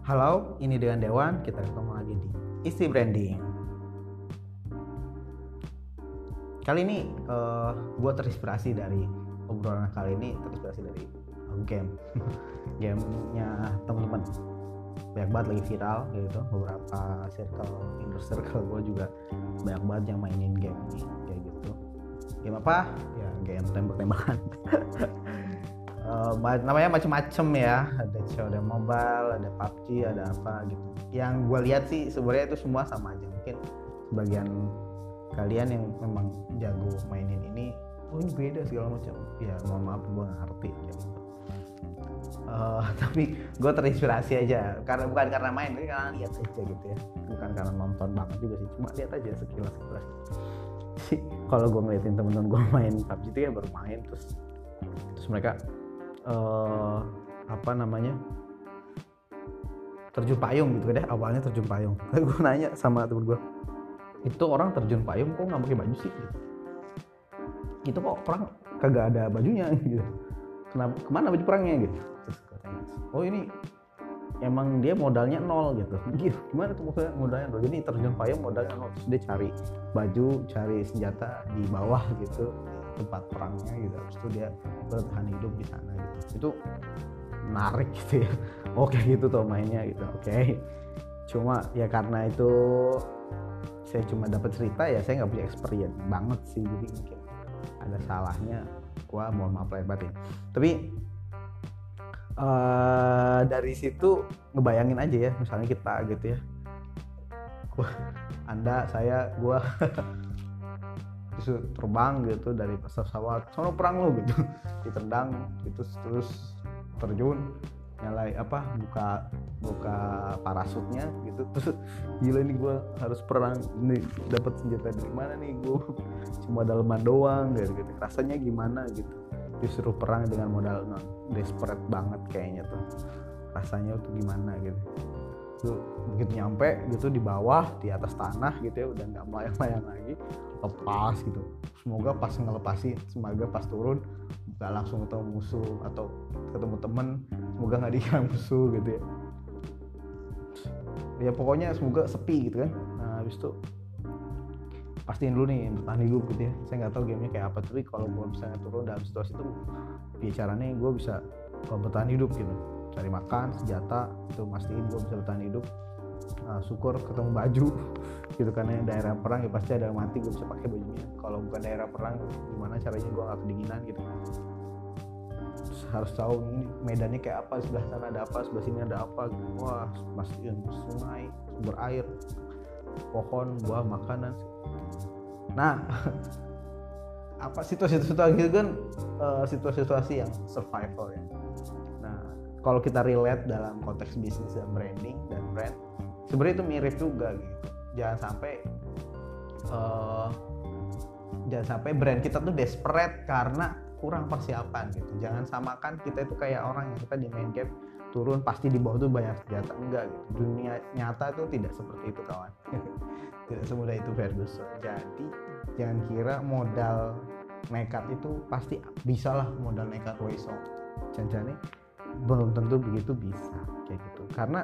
Halo, ini dengan Dewan. Kita ketemu lagi di Isi Branding. Kali ini gue terinspirasi dari obrolan kali ini terinspirasi dari game. Gamenya teman-teman banyak banget lagi viral gitu. Beberapa inner circle gue juga banyak banget yang mainin game ini kayak gitu. Game apa? Ya game tembak-tembakan. Namanya macem-macem ya, ada COD Mobile, ada PUBG, ada apa gitu. Yang gue lihat sih sebenarnya itu semua sama aja. Mungkin sebagian kalian yang memang jago mainin ini, oh ini beda segala macam. Ya mohon maaf gue nggak ngerti gitu. Tapi gue terinspirasi aja, bukan karena main, tapi karena lihat aja gitu ya. Bukan karena nonton banget juga sih, cuma lihat aja sekilas. Kalau gue ngeliatin temen-temen gue main PUBG itu ya baru main terus mereka terjun payung gitu deh, awalnya terjun payung. Gue nanya sama temen gue, itu orang terjun payung kok nggak pakai baju sih gitu. Itu kok orang kagak ada bajunya gitu, kemana baju perangnya gitu. Terus gue tanya, oh ini emang dia modalnya nol gitu. Gimana tuh modalnya nol? Jadi terjun payung modalnya nol, terus dia cari baju, cari senjata di bawah gitu tempat perangnya gitu, terus itu dia bertahan hidup di sana gitu. Itu menarik gitu ya. Oke gitu tuh mainnya gitu. Oke. Cuma ya karena itu saya cuma dapat cerita ya, saya nggak punya experience banget sih, jadi mungkin ada salahnya. Gua mohon maaf lahir batin. Tapi dari situ ngebayangin aja ya, misalnya kita gitu ya. Gua terbang gitu dari pesawat, sono perang lo gitu, ditendang gitu, terus terjun, nyalain buka parasutnya gitu, terus gila ini gue harus perang, ini dapat senjata dari mana nih, gue cuma daleman doang gitu, rasanya gimana gitu, disuruh perang dengan modal desperate banget kayaknya tuh, rasanya tuh gimana gitu. Tuh begitu nyampe gitu di bawah, di atas tanah gitu ya, udah nggak melayang-layang lagi, lepas gitu. Semoga pas turun nggak langsung ketemu musuh atau ketemu temen, semoga nggak dikira musuh gitu ya. Ya pokoknya semoga sepi gitu kan. Nah habis itu pastiin dulu nih bertahan hidup gitu ya. Saya nggak tahu gamenya kayak apa, tapi kalau gue misalnya turun dalam situasi itu, bicaranya gue bisa bertahan hidup gitu, cari makan, senjata, itu mastiin gue bisa bertahan hidup. Syukur ketemu baju gitu, karena daerah perang ya pasti ada yang mati, gue bisa pakai bajunya. Kalau bukan daerah perang, gimana caranya gue nggak kedinginan gitu. Terus harus tahu ini medannya kayak apa, sebelah sana ada apa, sebelah sini ada apa gitu. Wah pastiin sungai, sumber air, pohon, buah, makanan. Nah apa situasi-situasi gitu kan, situasi-situasi yang survival ya. Nah kalau kita relate dalam konteks bisnis dan branding dan brand, sebenarnya itu mirip juga gitu. Jangan sampai brand kita tuh desperate karena kurang persiapan gitu. Jangan samakan kita itu kayak orang yang kita di main game turun pasti di bawah tuh banyak senjata, enggak gitu. Dunia nyata tuh tidak seperti itu kawan. Tidak semudah itu Ferguson. Jadi jangan kira modal nekat itu pasti bisalah modal nekat Waiso. Jangan belum tentu begitu bisa kayak gitu. Karena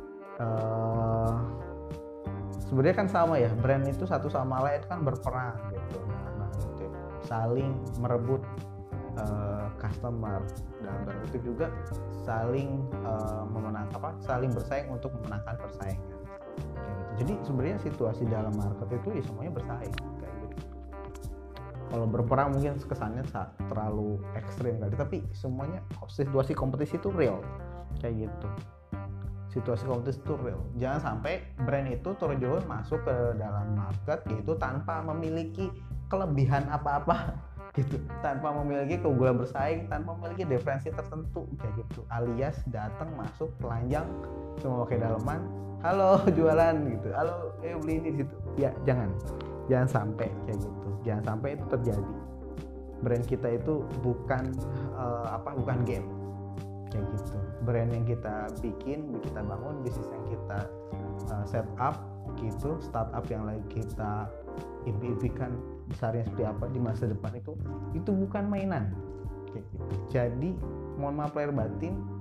sebenarnya kan sama ya, brand itu satu sama lain kan berperang gitu. Nah gitu, saling merebut customer, dan itu juga saling saling bersaing untuk memenangkan persaingan kayak gitu. Jadi sebenarnya situasi dalam market itu ya semuanya bersaing kayak gitu. Kalau berperang mungkin kesannya terlalu ekstrim kali, tapi semuanya situasi kompetisi itu real kayak gitu. Situasi kompetisi itu real. Jangan sampai brand itu terjun masuk ke dalam market gitu tanpa memiliki kelebihan apa-apa gitu, tanpa memiliki keunggulan bersaing, tanpa memiliki diferensi tertentu kayak gitu, alias datang masuk telanjang cuma pakai daleman, halo jualan gitu, halo beli ini gitu ya. Jangan sampai kayak gitu, jangan sampai itu terjadi. Brand kita itu bukan game kayak gitu. Brand yang kita bikin, kita bangun, bisnis yang kita set up gitu, startup yang lagi kita impikan besarnya seperti apa di masa depan, itu bukan mainan kayak gitu. Jadi mohon maaf lahir batin,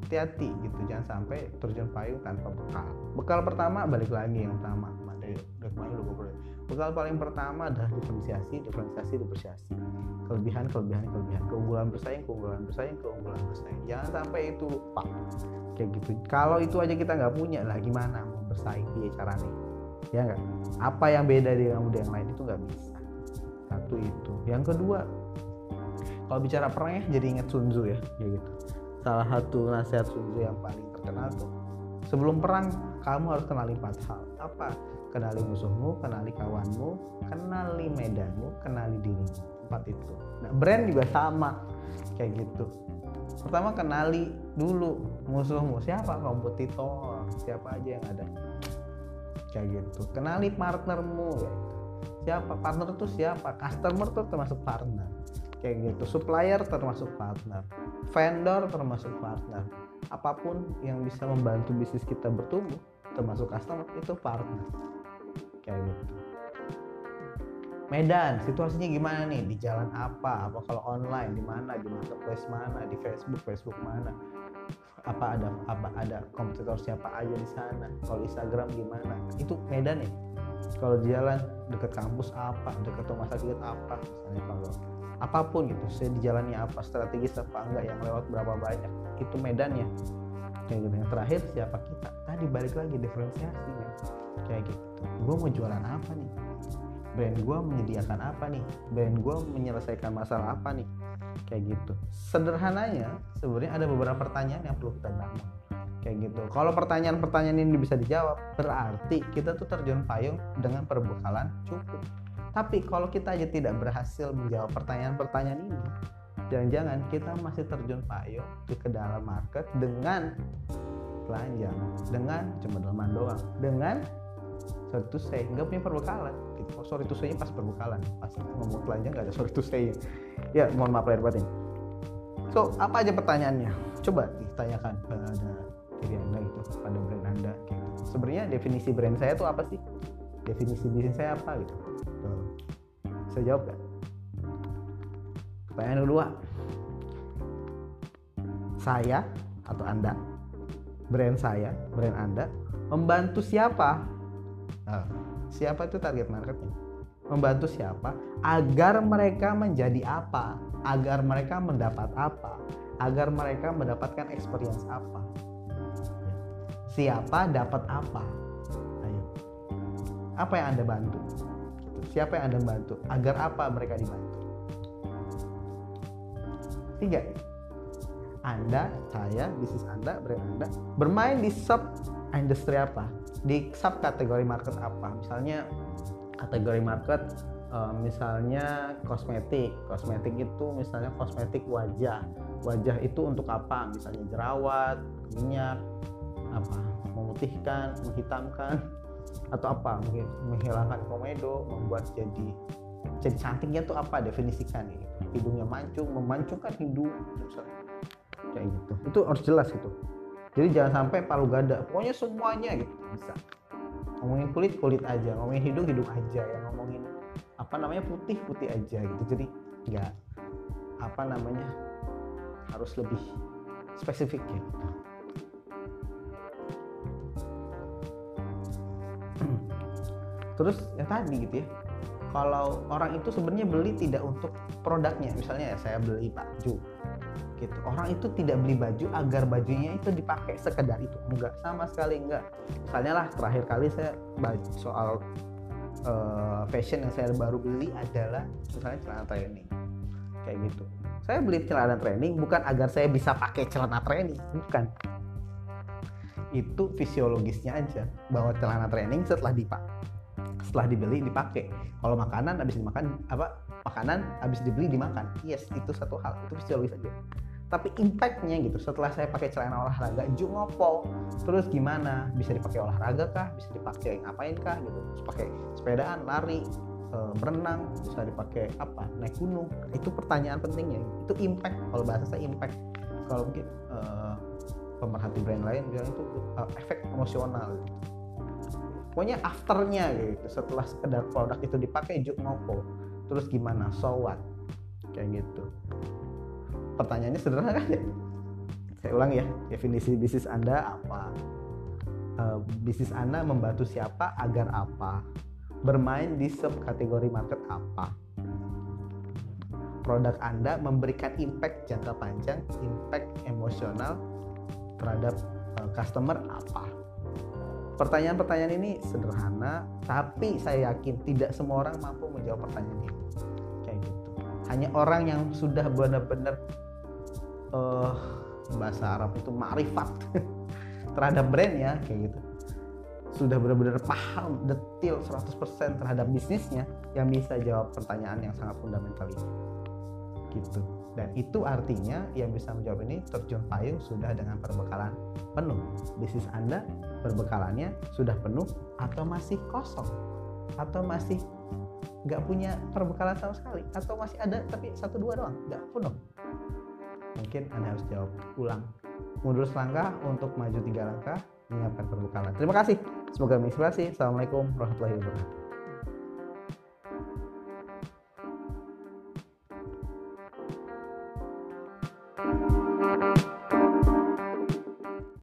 hati-hati gitu, jangan sampai terjun payung tanpa bekal pertama. Balik lagi yang utama, bekal paling pertama adalah diferensiasi, kelebihan, keunggulan bersaing, jangan sampai itu lupa kayak gitu. Kalau itu aja kita nggak punya lah, gimana mau bersaing dia caranya, ya nggak? Apa yang beda dengan yang lain itu nggak bisa. Satu itu. Yang kedua, kalau bicara perang jadi ingat Sun Tzu ya gitu. Salah satu nasihat Sun Tzu yang paling terkenal tuh, sebelum perang kamu harus kenali 4 hal. Apa? Kenali musuhmu, kenali kawanmu, kenali medanmu, kenali dirimu. 4 itu. Nah, brand juga sama kayak gitu. Pertama, kenali dulu musuhmu, siapa kompetitor, siapa aja yang ada kayak gitu. Kenali partnermu ya. Siapa partner itu siapa? Customer itu termasuk partner kayak gitu. Supplier termasuk partner, vendor termasuk partner. Apapun yang bisa membantu bisnis kita bertumbuh termasuk customer itu partner kayak gitu. Medan, situasinya gimana nih? Di jalan apa kalau online, di mana, di marketplace mana, di Facebook mana, apa ada kompetitor siapa aja di sana. Kalau Instagram gimana? Itu medan ya. Kalau di jalan dekat kampus apa, dekat rumah sakit apa, misalnya kalau apapun gitu, saya di jalannya apa, strategis apa enggak, yang lewat berapa banyak, itu medannya kayak gitu. Yang terakhir, siapa kita? Tadi balik lagi diferensiasi kan, kayak gitu. Gue mau jualan apa nih? Brand gue menyediakan apa nih? Brand gue menyelesaikan masalah apa nih? Kayak gitu. Sederhananya sebenarnya ada beberapa pertanyaan yang perlu kita bangun kayak gitu. Kalau pertanyaan-pertanyaan ini bisa dijawab, berarti kita tuh terjun payung dengan perbekalan cukup. Tapi kalau kita aja tidak berhasil menjawab pertanyaan-pertanyaan ini, jangan-jangan kita masih terjun payung ke dalam market dengan telanjang, dengan cuma dalaman doang, dengan sorry to say nggak punya perbekalan gitu. Sorry to say pas perbekalan, pas ngomong telanjang nggak ada sorry to say ya, mohon maaf lahir batin. So, apa aja pertanyaannya? Coba ditanyakan pada diri Anda gitu, pada brand Anda gitu. Sebenarnya definisi brand saya itu apa sih? Definisi bisnis saya apa gitu? Tuh. Bisa jawab gak? Pertanyaan kedua, saya atau Anda, brand saya, brand Anda membantu siapa? Siapa itu target marketnya? Membantu siapa agar mereka menjadi apa, agar mereka mendapat apa, agar mereka mendapatkan experience apa, siapa dapat apa. Ayo, apa yang Anda bantu? Siapa yang Anda bantu, agar apa mereka dibantu. 3, Anda, saya, bisnis Anda, brand Anda bermain di sub industri apa, di sub kategori market apa. Misalnya kategori market misalnya kosmetik itu misalnya kosmetik wajah itu untuk apa, misalnya jerawat, minyak, apa, memutihkan, menghitamkan, atau apa, mungkin menghilangkan komedo, membuat jadi cantiknya tuh apa, definisikan gitu. Hidungnya memancungkan hidung misalnya kayak gitu. Itu harus jelas gitu. Jadi jangan sampai palu gada, pokoknya semuanya gitu bisa. Ngomongin kulit aja, ngomongin hidung aja, yang ngomongin apa namanya putih aja gitu. Jadi nggak apa namanya, harus lebih spesifik ya. Terus yang tadi gitu ya, kalau orang itu sebenarnya beli tidak untuk produknya, misalnya ya saya beli baju gitu, orang itu tidak beli baju agar bajunya itu dipakai sekedar itu, enggak, sama sekali enggak. Misalnya lah terakhir kali saya soal fashion yang saya baru beli adalah misalnya celana training kayak gitu. Saya beli celana training bukan agar saya bisa pakai celana training, bukan. Itu fisiologisnya aja, bahwa celana training setelah dibeli dipakai. Kalau makanan habis dimakan, makanan habis dibeli dimakan. Yes, itu satu hal, itu fisiologis aja. Tapi impactnya gitu, setelah saya pakai celana olahraga, ngopo, terus gimana? Bisa dipakai olahraga kah? Bisa dipakai ngapain kah? Gitu. Terus pakai sepedaan, lari, berenang, bisa dipakai apa? Naik gunung. Itu pertanyaan pentingnya. Itu impact. Kalau bahasa saya impact. Kalau mungkin pemerhati brand lain bilang itu efek emosional. Gitu. Pokoknya afternya gitu, setelah sekedar produk itu dipakai ngopo, terus gimana? So what? Kayak gitu. Pertanyaannya sederhana kan ya? Saya ulang ya, definisi bisnis Anda apa? Bisnis Anda membantu siapa, agar apa? Bermain di subkategori market apa? Produk Anda memberikan impact jangka panjang, impact emosional terhadap customer apa? Pertanyaan-pertanyaan ini sederhana, tapi saya yakin tidak semua orang mampu menjawab pertanyaan ini. Kayak gitu. Hanya orang yang sudah benar-benar bahasa Arab itu ma'rifat terhadap brandnya, kayak gitu. Sudah benar-benar paham detail 100% terhadap bisnisnya yang bisa jawab pertanyaan yang sangat fundamental ini. Gitu. Dan itu artinya yang bisa menjawab ini terjun payung sudah dengan perbekalan penuh. Bisnis Anda perbekalannya sudah penuh atau masih kosong, atau masih nggak punya perbekalan sama sekali, atau masih ada tapi 1-2 doang, nggak penuh. Mungkin Anda harus jawab ulang, mundur selangkah untuk maju 3 langkah, menyiapkan perbekalan. Terima kasih, semoga menginspirasi. Assalamualaikum warahmatullahi wabarakatuh.